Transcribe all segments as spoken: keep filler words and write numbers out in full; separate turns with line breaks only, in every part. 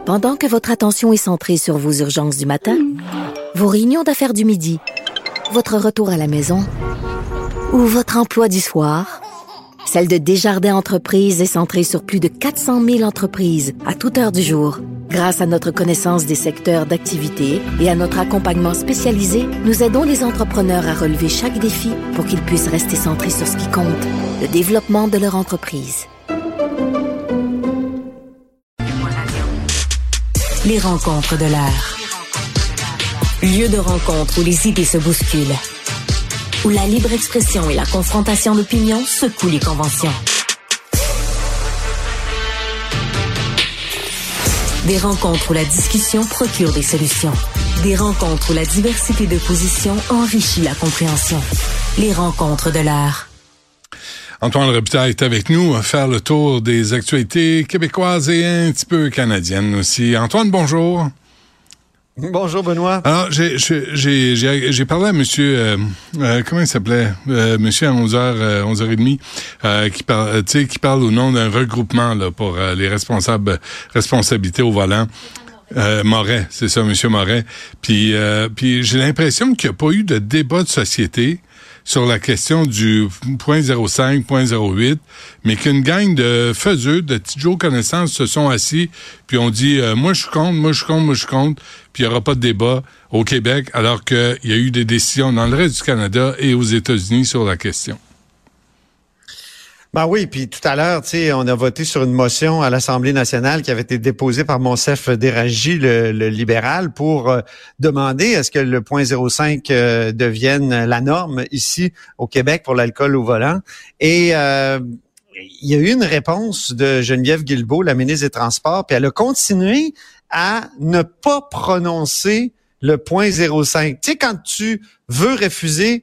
Pendant que votre attention est centrée sur vos urgences du matin, vos réunions d'affaires du midi, votre retour à la maison ou votre emploi du soir, celle de Desjardins Entreprises est centrée sur plus de quatre cent mille entreprises à toute heure du jour. Grâce à notre connaissance des secteurs d'activité et à notre accompagnement spécialisé, nous aidons les entrepreneurs à relever chaque défi pour qu'ils puissent rester centrés sur ce qui compte, le développement de leur entreprise.
Les rencontres de l'heure. Lieu de rencontre où les idées se bousculent. Où la libre expression et la confrontation d'opinions secouent les conventions. Des rencontres où la discussion procure des solutions. Des rencontres où la diversité de positions enrichit la compréhension. Les rencontres de l'heure.
Antoine Robitaille est avec nous à faire le tour des actualités québécoises et un petit peu canadiennes aussi. Antoine, bonjour.
Bonjour Benoît.
Alors, j'ai j'ai j'ai j'ai parlé à monsieur euh, euh, comment il s'appelait euh, monsieur à onze heures euh, onze heures trente euh, qui parle tu sais qui parle au nom d'un regroupement là pour euh, les responsables responsabilités au volant. Euh, Moret, c'est ça, monsieur Moret. Puis euh, puis j'ai l'impression qu'il n'y a pas eu de débat de société sur la question du point zéro cinq, point zéro huit, mais qu'une gang de faiseux, de petits Joe connaissances se sont assis, puis on dit euh, moi je suis contre, moi je suis contre, moi je suis contre, puis il n'y aura pas de débat au Québec, alors qu'il y a eu des décisions dans le reste du Canada et aux États-Unis sur la question.
Ben oui, puis tout à l'heure, tu sais, on a voté sur une motion à l'Assemblée nationale qui avait été déposée par Monsef Déragi, le, le libéral, pour euh, demander à ce que le point zéro cinq euh, devienne la norme ici au Québec pour l'alcool au volant. Et euh, il y a eu une réponse de Geneviève Guilbeault, la ministre des Transports, puis elle a continué à ne pas prononcer le point zéro cinq. Tu sais, quand tu veux refuser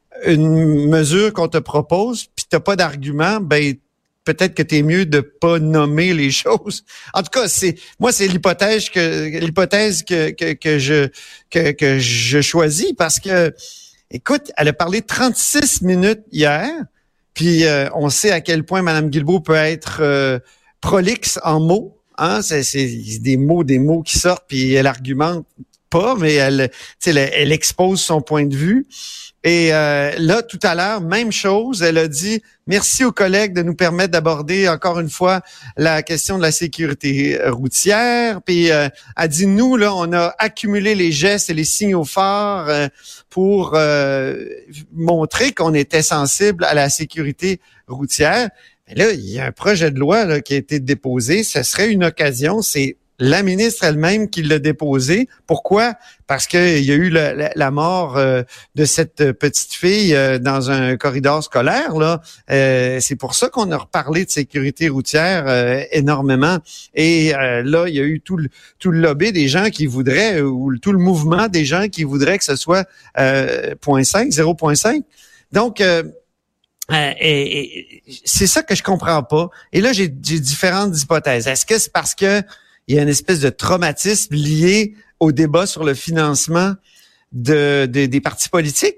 une mesure qu'on te propose, puis t'as pas d'argument, ben peut-être que t'es mieux de pas nommer les choses. En tout cas, c'est moi c'est l'hypothèse que l'hypothèse que que, que je que que je choisis parce que écoute, elle a parlé trente-six minutes hier, puis euh, on sait à quel point Mme Guilbeault peut être euh, prolixe en mots, hein, c'est c'est des mots des mots qui sortent puis elle argumente pas, mais elle tu sais elle, elle expose son point de vue. Et euh, là, tout à l'heure, même chose, elle a dit merci aux collègues de nous permettre d'aborder encore une fois la question de la sécurité routière. Puis euh, elle dit nous, là, on a accumulé les gestes et les signaux forts euh, pour euh, montrer qu'on était sensible à la sécurité routière. Mais là, il y a un projet de loi là, qui a été déposé. Ce serait une occasion, c'est la ministre elle-même qui l'a déposé. Pourquoi? Parce qu'il y a eu la, la, la mort euh, de cette petite fille euh, dans un corridor scolaire. Là, euh, c'est pour ça qu'on a reparlé de sécurité routière euh, énormément. Et euh, là, il y a eu tout le, tout le lobby des gens qui voudraient, ou tout le mouvement des gens qui voudraient que ce soit euh, point cinq, zéro point cinq. Donc, euh, Euh, et, et, c'est ça que je comprends pas. Et là, j'ai, j'ai différentes hypothèses. Est-ce que c'est parce que il y a une espèce de traumatisme lié au débat sur le financement de, de des partis politiques?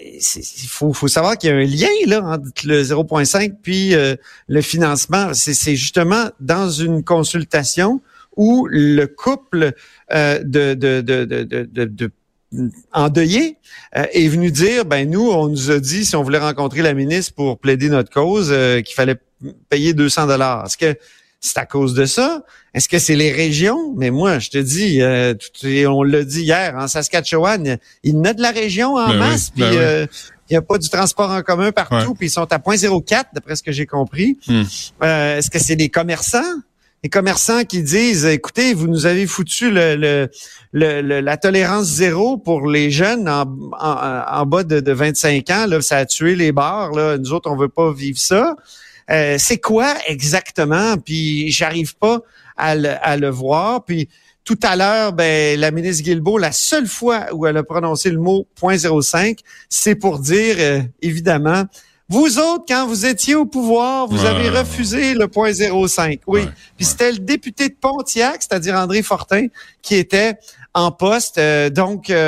Il faut, faut savoir qu'il y a un lien là entre le zéro point cinq puis euh, le financement. C'est, c'est justement dans une consultation où le couple euh, de, de, de, de, de, de, de endeuillé euh, est venu dire ben nous on nous a dit si on voulait rencontrer la ministre pour plaider notre cause euh, qu'il fallait payer deux cents dollars. Est-ce que c'est à cause de ça? Est-ce que c'est les régions? Mais moi, je te dis, euh, on l'a dit hier, en Saskatchewan, il y en a de la région en ben masse, oui, puis ben euh, oui. Il n'y a pas du transport en commun partout, ouais. Puis ils sont à point zéro quatre, d'après ce que j'ai compris. Hmm. Euh, est-ce que c'est des commerçants? Les commerçants qui disent, écoutez, vous nous avez foutu le, le, le, le la tolérance zéro pour les jeunes en, en, en bas de, de vingt-cinq ans, là, ça a tué les bars, là. Nous autres, on veut pas vivre ça. Euh, c'est quoi exactement? Puis j'arrive pas à le, à le voir. Puis tout à l'heure, ben la ministre Guilbeault, la seule fois où elle a prononcé le mot point zéro cinq, c'est pour dire, euh, évidemment, vous autres, quand vous étiez au pouvoir, vous ouais. avez refusé le point zéro cinq. Oui. Ouais. Puis ouais. c'était le député de Pontiac, c'est-à-dire André Fortin, qui était en poste. Euh, donc, euh,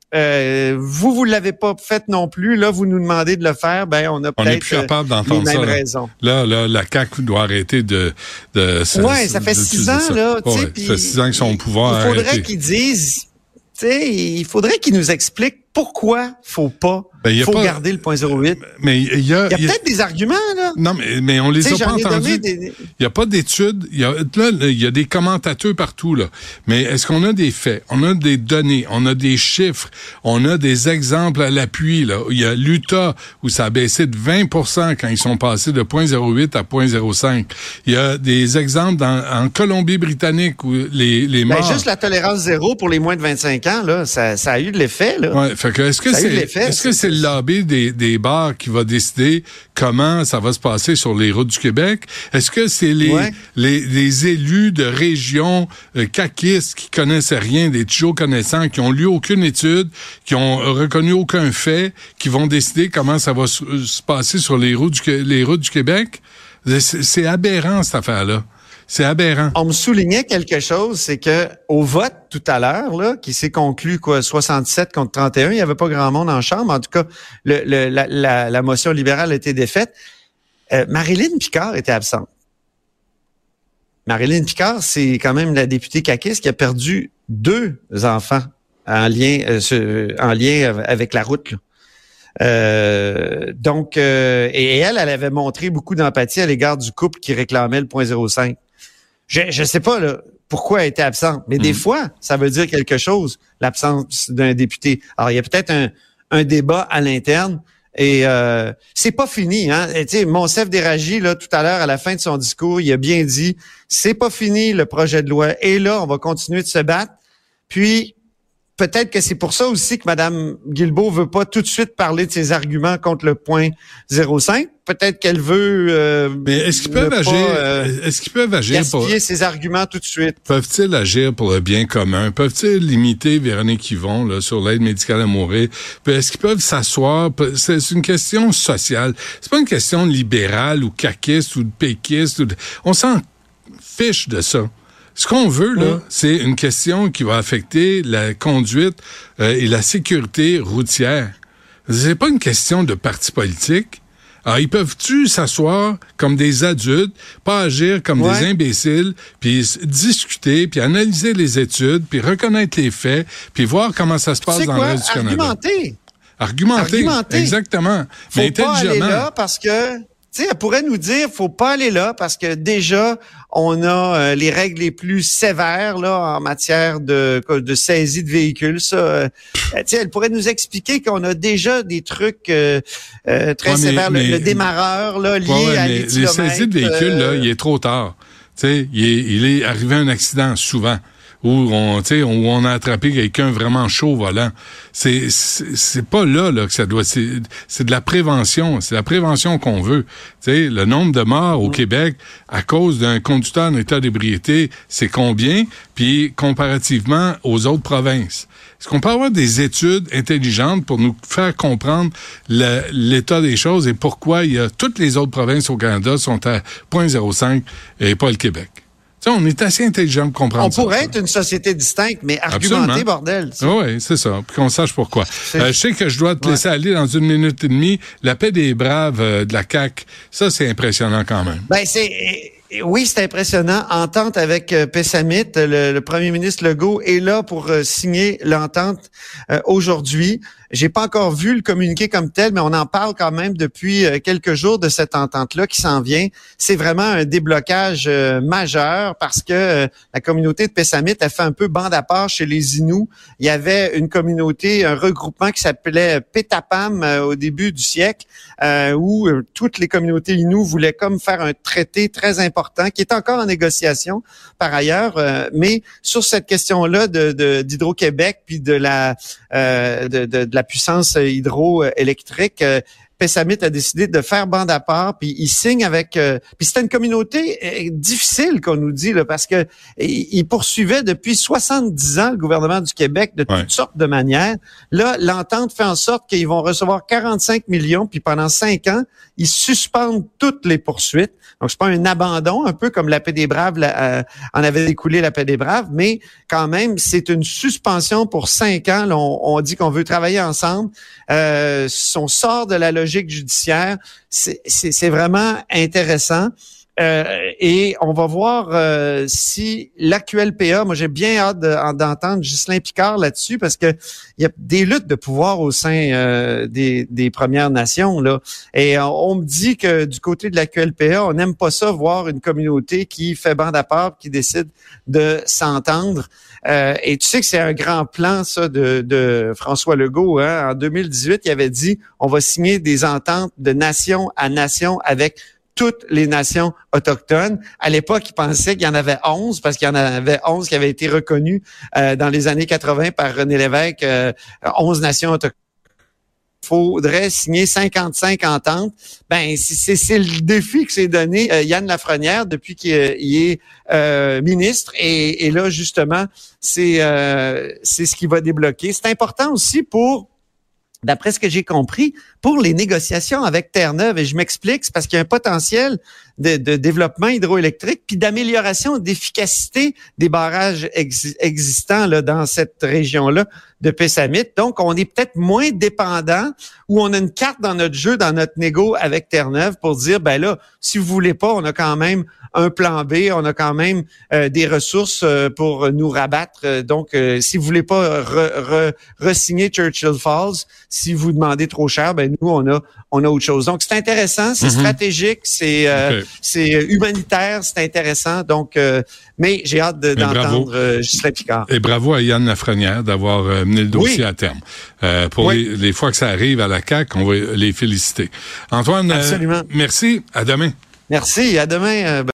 Euh, vous, vous l'avez pas fait non plus. Là, vous nous demandez de le faire. Ben, on a
on n'est
peut-être
plus capable d'entendre
les mêmes
ça,
raisons.
Là, là, la C A Q doit arrêter de... de
ouais, ça fait six ans,
ça.
là.
Ouais,
pis,
ça fait six ans qu'ils sont au pouvoir.
Il faudrait
arrêter.
qu'ils disent... Tu sais, il faudrait qu'ils nous expliquent pourquoi faut pas...
Ben, y a
faut
pas,
garder le point zéro huit.
Mais il y a,
il y a, y a peut-être des arguments, là.
Non, mais, mais on les
T'sais,
a pas entendus.
Des...
Il n'y a pas d'études. Il y a, là, il y a des commentateurs partout, là. Mais est-ce qu'on a des faits? On a des données. On a des chiffres. On a des exemples à l'appui, là. Il y a l'Utah, où ça a baissé de vingt pour cent quand ils sont passés de zéro virgule zéro huit à zéro virgule zéro cinq. Il y a des exemples dans, en Colombie-Britannique où les, les morts...
Ben, juste la tolérance zéro pour les moins de vingt-cinq ans, là, ça, ça a eu de l'effet, là.
Ouais, fait que est-ce que c'est, est-ce que c'est le lobby des, des bars qui va décider comment ça va se passer sur les routes du Québec? Est-ce que c'est les, ouais. les, les élus de régions euh, caquistes qui connaissent rien, des toujours connaissants, qui ont lu aucune étude, qui ont reconnu aucun fait, qui vont décider comment ça va se, se passer sur les routes du, les routes du Québec? C'est, c'est aberrant, cette affaire-là. C'est aberrant.
On me soulignait quelque chose, c'est que au vote tout à l'heure, là, qui s'est conclu quoi, soixante-sept contre trente et un, il n'y avait pas grand monde en chambre. En tout cas, le, le, la, la, la motion libérale a été défaite. Euh, Marilyn Picard était absente. Marilyn Picard, c'est quand même la députée caquiste qui a perdu deux enfants en lien, euh, en lien avec la route, là. Euh, donc, euh, et elle, elle avait montré beaucoup d'empathie à l'égard du couple qui réclamait le zéro virgule zéro cinq. Je je sais pas là pourquoi elle était absente, mais mmh. des fois, ça veut dire quelque chose, l'absence d'un député. Alors, il y a peut-être un, un débat à l'interne et euh, c'est pas fini. Hein? Tu sais, Monsef Déragi, là, tout à l'heure, à la fin de son discours, il a bien dit, c'est pas fini le projet de loi. Et là, on va continuer de se battre. Puis, peut-être que c'est pour ça aussi que Mme Guilbeault veut pas tout de suite parler de ses arguments contre le point zéro cinq. Peut-être qu'elle veut. Euh,
Mais est-ce qu'ils peuvent pas, agir euh, Est-ce qu'ils peuvent agir
pour
gaspiller
ses arguments tout de suite?
Peuvent-ils agir pour le bien commun? Peuvent-ils limiter Véronique Yvon là sur l'aide médicale à mourir? Est-ce qu'ils peuvent s'asseoir? C'est une question sociale. C'est pas une question libérale ou caquiste ou de péquiste. Ou de... On s'en fiche de ça. Ce qu'on veut, là, mmh. c'est une question qui va affecter la conduite euh, et la sécurité routière. C'est pas une question de parti politique. Alors, ils peuvent-tu s'asseoir comme des adultes, pas agir comme ouais. des imbéciles, puis discuter, puis analyser les études, puis reconnaître les faits, puis voir comment ça se passe dans le reste du Canada?
Argumenter.
Argumenter. Argumenter. Exactement.
Faut
Mais
pas aller là parce que... Tu sais, elle pourrait nous dire, faut pas aller là parce que déjà, on a euh, les règles les plus sévères là en matière de de saisie de véhicules. Ça, euh, tu sais, elle pourrait nous expliquer qu'on a déjà des trucs euh, euh, très
ouais, mais,
sévères.
Mais,
le, le démarreur là lié
ouais, ouais,
à
les
kilomètres.
Les saisies de véhicules
euh,
là, il est trop tard. Tu sais, il est, il est arrivé un accident souvent. Où on, tu sais, où on a attrapé quelqu'un vraiment chaud au volant. C'est, c'est, c'est pas là, là, que ça doit, c'est, c'est de la prévention. C'est la prévention qu'on veut. Tu sais, le nombre de morts au Québec à cause d'un conducteur en état d'ébriété, c'est combien? Puis, comparativement aux autres provinces. Est-ce qu'on peut avoir des études intelligentes pour nous faire comprendre le, l'état des choses et pourquoi il y a toutes les autres provinces au Canada sont à zéro virgule zéro cinq et pas le Québec? Tu sais, on est assez intelligent pour comprendre
on
ça.
On pourrait
ça.
être une société distincte, mais argumenter, bordel.
Oui, c'est ça. Puis qu'on sache pourquoi. Euh, je sais que je dois te ouais. laisser aller dans une minute et demie. La paix des braves euh, de la C A Q, ça, c'est impressionnant quand même.
Ben, c'est... Oui, c'est impressionnant. Entente avec euh, Pessamit, le, le premier ministre Legault est là pour euh, signer l'entente euh, aujourd'hui. J'ai pas encore vu le communiqué comme tel, mais on en parle quand même depuis euh, quelques jours de cette entente-là qui s'en vient. C'est vraiment un déblocage euh, majeur parce que euh, la communauté de Pessamit a fait un peu bande à part chez les Inuits. Il y avait une communauté, un regroupement qui s'appelait Pétapam euh, au début du siècle, euh, où euh, toutes les communautés Inuits voulaient comme faire un traité très important qui est encore en négociation par ailleurs, euh, mais sur cette question-là de, de d'Hydro-Québec puis de la euh, de, de, de la puissance hydroélectrique, euh, Pessamit a décidé de faire bande à part, puis il signe avec... Euh, puis c'était une communauté euh, difficile, qu'on nous dit, là, parce que il poursuivait depuis soixante-dix ans le gouvernement du Québec de toutes
ouais.
sortes de manières. Là, l'entente fait en sorte qu'ils vont recevoir quarante-cinq millions, puis pendant cinq ans, ils suspendent toutes les poursuites. Donc, c'est pas un abandon, un peu comme la paix des Braves la, euh, en avait découlé la paix des Braves, mais quand même, c'est une suspension pour cinq ans. Là, on, on dit qu'on veut travailler ensemble. Euh, on sort de la logique judiciaire. C'est, c'est, c'est vraiment intéressant. Euh, et on va voir euh, si l'A Q L P A, moi j'ai bien hâte de, d'entendre Ghislain Picard là-dessus, parce que il y a des luttes de pouvoir au sein euh, des, des Premières Nations, là. Et on, on me dit que du côté de l'A Q L P A, on n'aime pas ça, voir une communauté qui fait bande à part, qui décide de s'entendre. Euh, et tu sais que c'est un grand plan, ça, de, de François Legault. Hein? En deux mille dix-huit, il avait dit on va signer des ententes de nation à nation avec toutes les nations autochtones. À l'époque, ils pensaient qu'il y en avait onze, parce qu'il y en avait onze qui avaient été reconnues euh, dans les années quatre-vingt par René Lévesque, euh, onze nations autochtones. Il faudrait signer cinquante-cinq ententes. Ben, c'est, c'est le défi que s'est donné euh, Yann Lafrenière depuis qu'il euh, est euh, ministre. Et, et là, justement, c'est, euh, c'est ce qui va débloquer. C'est important aussi pour... D'après ce que j'ai compris, pour les négociations avec Terre-Neuve, et je m'explique, c'est parce qu'il y a un potentiel de, de développement hydroélectrique puis d'amélioration d'efficacité des barrages ex- existants là dans cette région-là de Pessamit. Donc, on est peut-être moins dépendant, ou on a une carte dans notre jeu, dans notre négo avec Terre-Neuve pour dire, ben là, si vous voulez pas, on a quand même un plan B, on a quand même euh, des ressources euh, pour nous rabattre. Euh, donc, euh, si vous voulez pas re, re, re-signer Churchill Falls, si vous demandez trop cher, ben nous, on a on a autre chose. Donc, c'est intéressant, c'est mm-hmm. stratégique, c'est euh, okay. c'est humanitaire, c'est intéressant. Donc, euh, mais j'ai hâte de, d'entendre euh, Ghislain Picard.
Et bravo à Yann Lafrenière d'avoir euh, mené le dossier oui. à terme. Euh, pour oui. les, les fois que ça arrive à la C A Q, on va les féliciter. Antoine, euh, merci. À demain.
Merci. À demain. Euh,